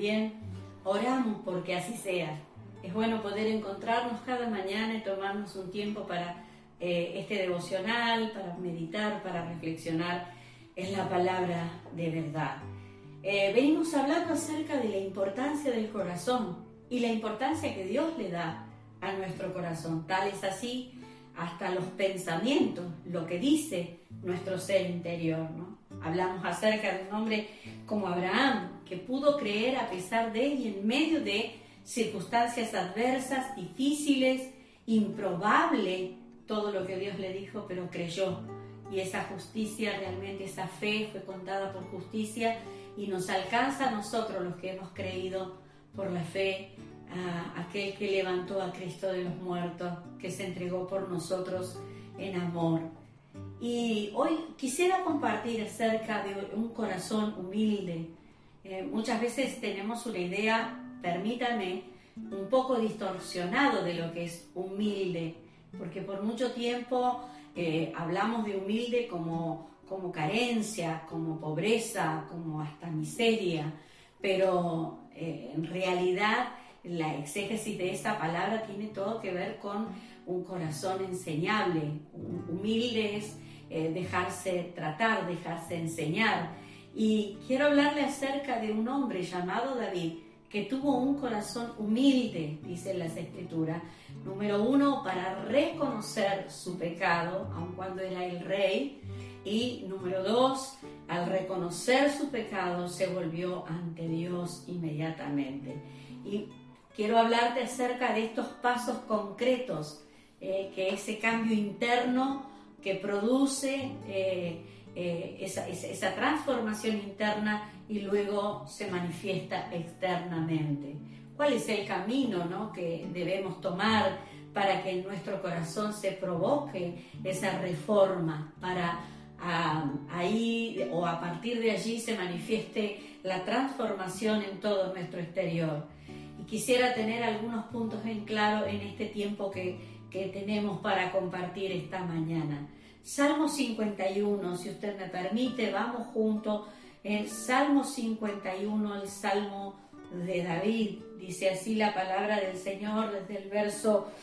bien, oramos porque así sea. Es bueno poder encontrarnos cada mañana y tomarnos un tiempo para este devocional, para meditar, para reflexionar en la palabra de verdad. Venimos hablando acerca de la importancia del corazón y la importancia que Dios le da a nuestro corazón. Tal es así hasta los pensamientos, lo que dice nuestro ser interior, ¿no? Hablamos acerca de un hombre como Abraham, que pudo creer a pesar de y en medio de circunstancias adversas, difíciles, improbable, todo lo que Dios le dijo, pero creyó. Y esa justicia, realmente esa fe fue contada por justicia y nos alcanza a nosotros los que hemos creído por la fe, a aquel que levantó a Cristo de los muertos, que se entregó por nosotros en amor. Y hoy quisiera compartir acerca de un corazón humilde. Muchas veces tenemos una idea, permítanme, un poco distorsionado de lo que es humilde, porque por mucho tiempo hablamos de humilde como carencia, como pobreza, como hasta miseria, pero en realidad la exégesis de esta palabra tiene todo que ver con un corazón enseñable. Humilde es dejarse tratar, dejarse enseñar. Y quiero hablarle acerca de un hombre llamado David, que tuvo un corazón humilde, dice las Escrituras. Número 1, para reconocer su pecado, aun cuando era el rey. Y número 2, al reconocer su pecado, se volvió ante Dios inmediatamente. Y quiero hablarte acerca de estos pasos concretos, que ese cambio interno que produce esa transformación interna y luego se manifiesta externamente. ¿Cuál es el camino, ¿no?, que debemos tomar para que en nuestro corazón se provoque esa reforma, para ahí o a partir de allí se manifieste la transformación en todo nuestro exterior? Y quisiera tener algunos puntos en claro en este tiempo que tenemos para compartir esta mañana. Salmo 51, si usted me permite, vamos juntos. El Salmo 51, el Salmo de David, dice así la palabra del Señor desde el verso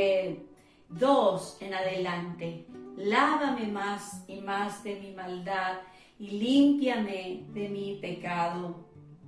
2 en adelante. Lávame más y más de mi maldad y límpiame de mi pecado.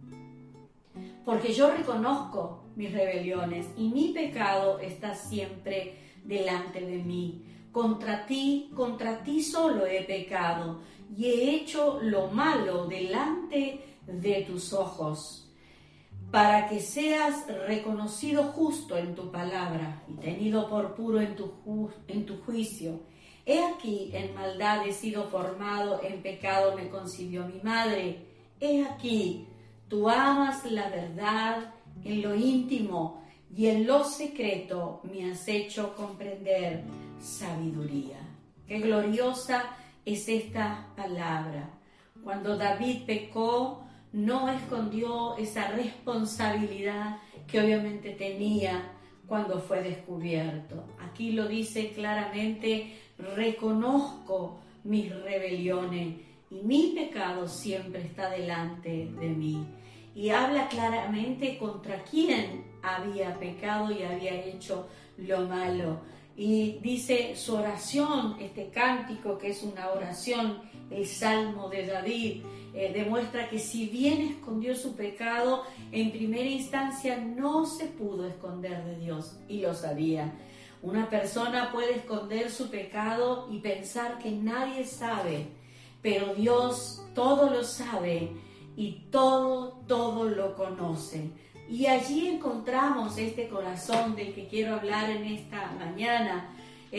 Porque yo reconozco mis rebeliones y mi pecado está siempre delante de mí. Contra ti solo he pecado y he hecho lo malo delante de tus ojos, para que seas reconocido justo en tu palabra y tenido por puro en tu juicio. He aquí, en maldad he sido formado, en pecado me concibió mi madre. He aquí, tú amas la verdad en lo íntimo y en lo secreto me has hecho comprender sabiduría. Qué gloriosa es esta palabra. Cuando David pecó, no escondió esa responsabilidad que obviamente tenía cuando fue descubierto. Aquí lo dice claramente: reconozco mis rebeliones y mi pecado siempre está delante de mí. Y habla claramente contra quién había pecado y había hecho lo malo. Y dice su oración, este cántico que es una oración, el Salmo de David, demuestra que si bien escondió su pecado, en primera instancia no se pudo esconder de Dios y lo sabía. Una persona puede esconder su pecado y pensar que nadie sabe, pero Dios todo lo sabe y todo lo conoce. Y allí encontramos este corazón del que quiero hablar en esta mañana,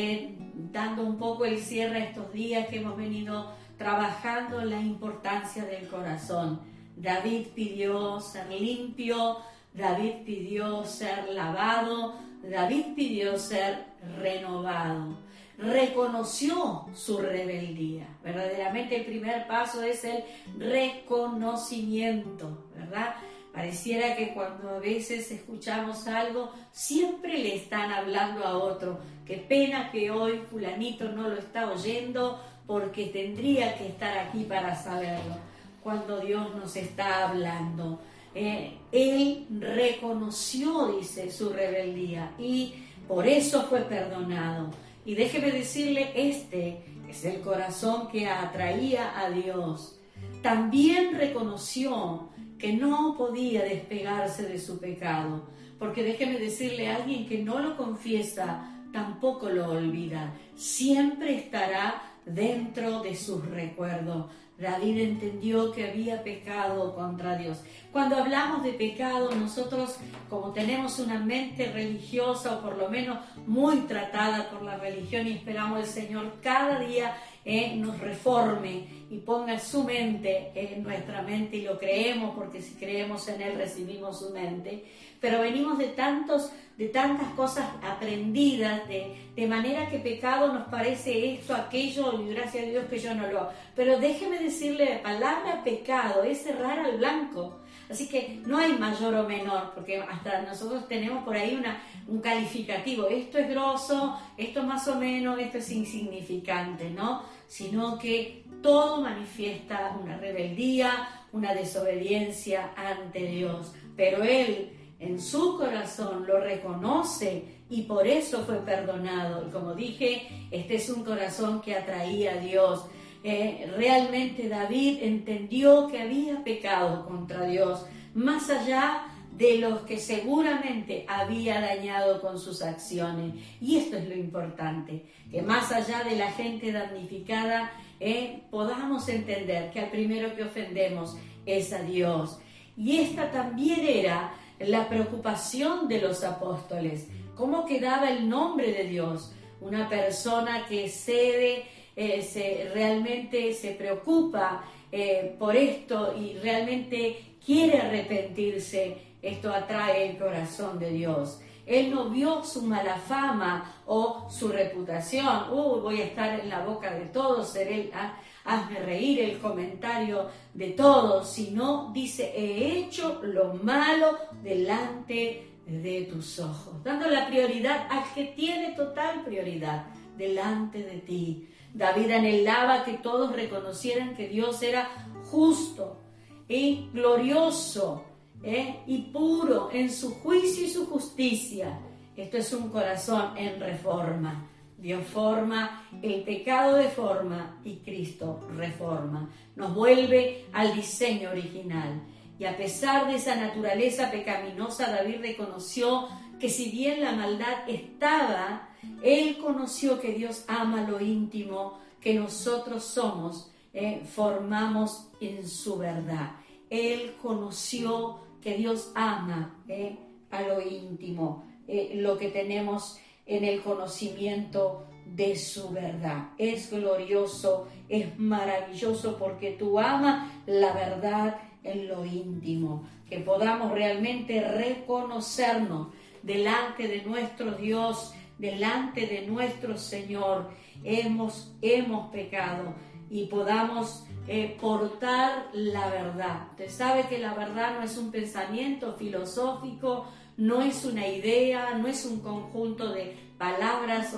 dando un poco el cierre a estos días que hemos venido trabajando la importancia del corazón. David pidió ser limpio, David pidió ser lavado, David pidió ser renovado. Reconoció su rebeldía. Verdaderamente el primer paso es el reconocimiento, ¿verdad? Pareciera que cuando a veces escuchamos algo, siempre le están hablando a otro. Qué pena que hoy fulanito no lo está oyendo porque tendría que estar aquí para saberlo. Cuando Dios nos está hablando, él reconoció, dice, su rebeldía y por eso fue perdonado. Y déjeme decirle, este es el corazón que atraía a Dios. También reconoció que no podía despegarse de su pecado, porque déjeme decirle, alguien que no lo confiesa tampoco lo olvida, siempre estará dentro de sus recuerdos. David entendió que había pecado contra Dios. Cuando hablamos de pecado, nosotros, como tenemos una mente religiosa, o por lo menos muy tratada por la religión, y esperamos el Señor cada día nos reforme y ponga su mente en nuestra mente, y lo creemos, porque si creemos en Él recibimos su mente, pero venimos de tantas cosas aprendidas, de manera que pecado nos parece esto, aquello, y gracias a Dios que yo no lo hago. Pero déjeme decirle, la palabra pecado es cerrar al blanco. Así que no hay mayor o menor, porque hasta nosotros tenemos por ahí un calificativo. Esto es grosso, esto más o menos, esto es insignificante, ¿no? Sino que todo manifiesta una rebeldía, una desobediencia ante Dios. Pero Él en su corazón lo reconoce y por eso fue perdonado. Y como dije, este es un corazón que atraía a Dios. Realmente David entendió que había pecado contra Dios, más allá de los que seguramente había dañado con sus acciones. Y esto es lo importante, que más allá de la gente damnificada, podamos entender que al primero que ofendemos es a Dios. Y esta también era la preocupación de los apóstoles. ¿Cómo quedaba el nombre de Dios? Una persona que realmente se preocupa por esto y realmente quiere arrepentirse, esto atrae el corazón de Dios. Él no vio su mala fama o su reputación. Voy a estar en la boca de todos, hazme reír, el comentario de todos, sino dice, he hecho lo malo delante de tus ojos, dando la prioridad al que tiene total prioridad delante de ti. David anhelaba que todos reconocieran que Dios era justo y glorioso y puro en su juicio y su justicia. Esto es un corazón en reforma. Dios forma, el pecado deforma y Cristo reforma. Nos vuelve al diseño original. Y a pesar de esa naturaleza pecaminosa, David reconoció que si bien la maldad estaba, él conoció que Dios ama lo íntimo, que nosotros somos, formamos en su verdad. Él conoció que Dios ama a lo íntimo, lo que tenemos en el conocimiento de su verdad. Es glorioso, es maravilloso, porque tú amas la verdad en lo íntimo, que podamos realmente reconocernos delante de nuestro Dios, delante de nuestro Señor. Hemos pecado y podamos portar la verdad. Usted sabe que la verdad no es un pensamiento filosófico, no es una idea, no es un conjunto de palabras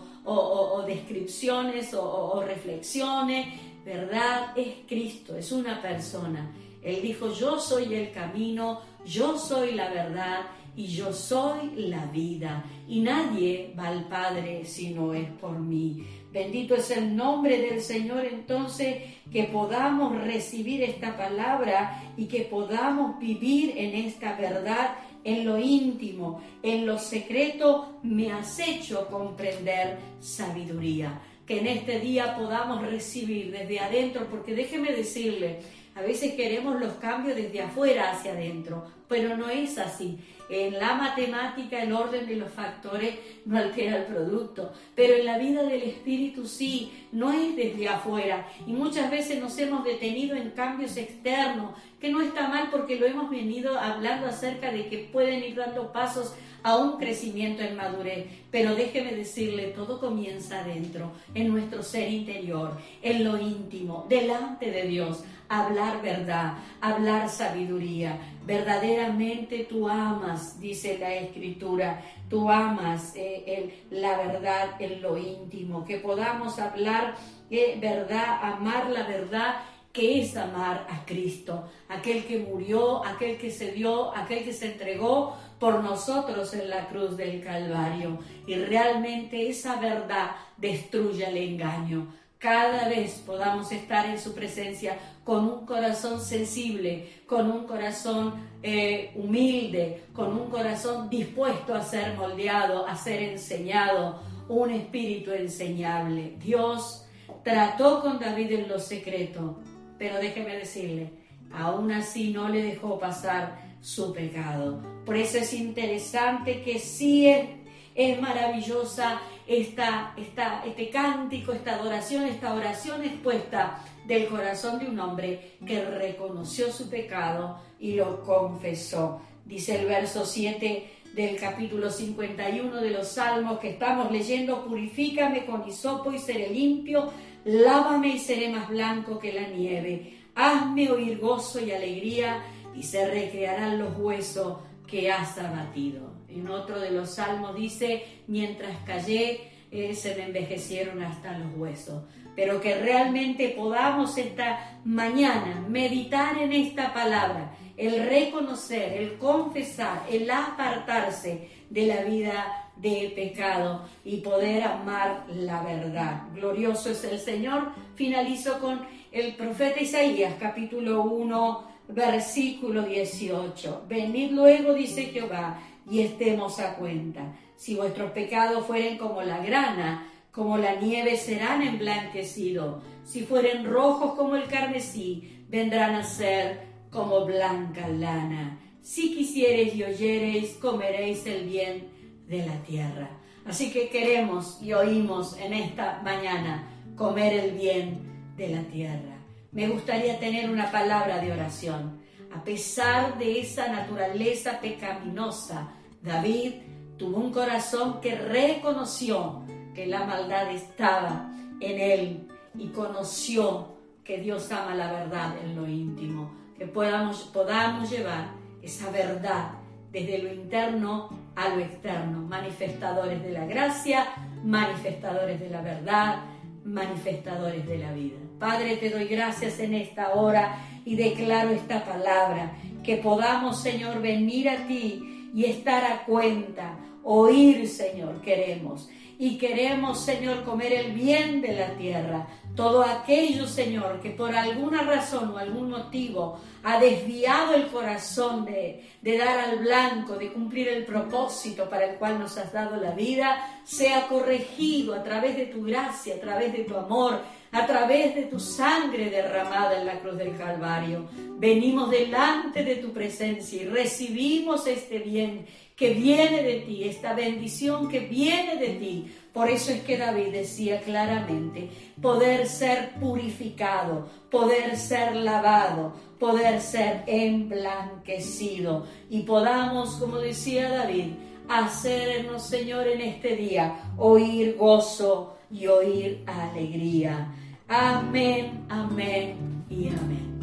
o descripciones o reflexiones. Verdad es Cristo, es una persona. Él dijo, yo soy el camino, yo soy la verdad y yo soy la vida. Y nadie va al Padre si no es por mí. Bendito es el nombre del Señor. Entonces, que podamos recibir esta palabra y que podamos vivir en esta verdad, en lo íntimo, en lo secreto, me has hecho comprender sabiduría. Que en este día podamos recibir desde adentro, porque déjeme decirle, a veces queremos los cambios desde afuera hacia adentro, pero no es así. En la matemática el orden de los factores no altera el producto, pero en la vida del Espíritu sí, no es desde afuera. Y muchas veces nos hemos detenido en cambios externos, que no está mal porque lo hemos venido hablando acerca de que pueden ir dando pasos a un crecimiento en madurez. Pero déjeme decirle, todo comienza adentro, en nuestro ser interior, en lo íntimo, delante de Dios. Hablar verdad, hablar sabiduría. Verdaderamente tú amas, dice la Escritura, tú amas la verdad en lo íntimo. Que podamos hablar verdad, amar la verdad, que es amar a Cristo, aquel que murió, aquel que se dio, aquel que se entregó por nosotros en la cruz del Calvario. Y realmente esa verdad destruye el engaño. Cada vez podamos estar en su presencia con un corazón sensible, con un corazón humilde, con un corazón dispuesto a ser moldeado, a ser enseñado, un espíritu enseñable. Dios trató con David en lo secreto, pero déjeme decirle, aún así no le dejó pasar su pecado. Por eso es interesante que sí es maravillosa este cántico, esta oración expuesta del corazón de un hombre que reconoció su pecado y lo confesó. Dice el verso 7 del capítulo 51 de los Salmos que estamos leyendo: purifícame con hisopo y seré limpio, lávame y seré más blanco que la nieve, hazme oír gozo y alegría y se recrearán los huesos que has abatido. En otro de los salmos dice: mientras callé, se me envejecieron hasta los huesos. Pero que realmente podamos esta mañana meditar en esta palabra, el reconocer, el confesar, el apartarse de la vida de pecado y poder amar la verdad. Glorioso es el Señor. Finalizo con el profeta Isaías, capítulo 1, versículo 18. Venid luego, dice Jehová, y estemos a cuenta. Si vuestros pecados fueren como la grana, como la nieve serán emblanquecidos. Si fueren rojos como el carmesí, vendrán a ser como blanca lana. Si quisiereis y oyereis, comeréis el bien de la tierra. Así que queremos y oímos en esta mañana comer el bien de la tierra. Me gustaría tener una palabra de oración. A pesar de esa naturaleza pecaminosa, David tuvo un corazón que reconoció que la maldad estaba en él y conoció que Dios ama la verdad en lo íntimo, que podamos llevar esa verdad desde lo interno a lo externo, manifestadores de la gracia, manifestadores de la verdad, manifestadores de la vida. Padre, te doy gracias en esta hora y declaro esta palabra, que podamos, Señor, venir a ti y estar a cuenta, oír, Señor, queremos. Y queremos, Señor, comer el bien de la tierra. Todo aquello, Señor, que por alguna razón o algún motivo ha desviado el corazón de dar al blanco, de cumplir el propósito para el cual nos has dado la vida, sea corregido a través de tu gracia, a través de tu amor, a través de tu sangre derramada en la cruz del Calvario. Venimos delante de tu presencia y recibimos este bien que viene de ti, esta bendición que viene de ti. Por eso es que David decía claramente: poder ser purificado, poder ser lavado, poder ser emblanquecido. Y podamos, como decía David, hacernos, Señor, en este día oír gozo y oír alegría. Amén, amén y amén.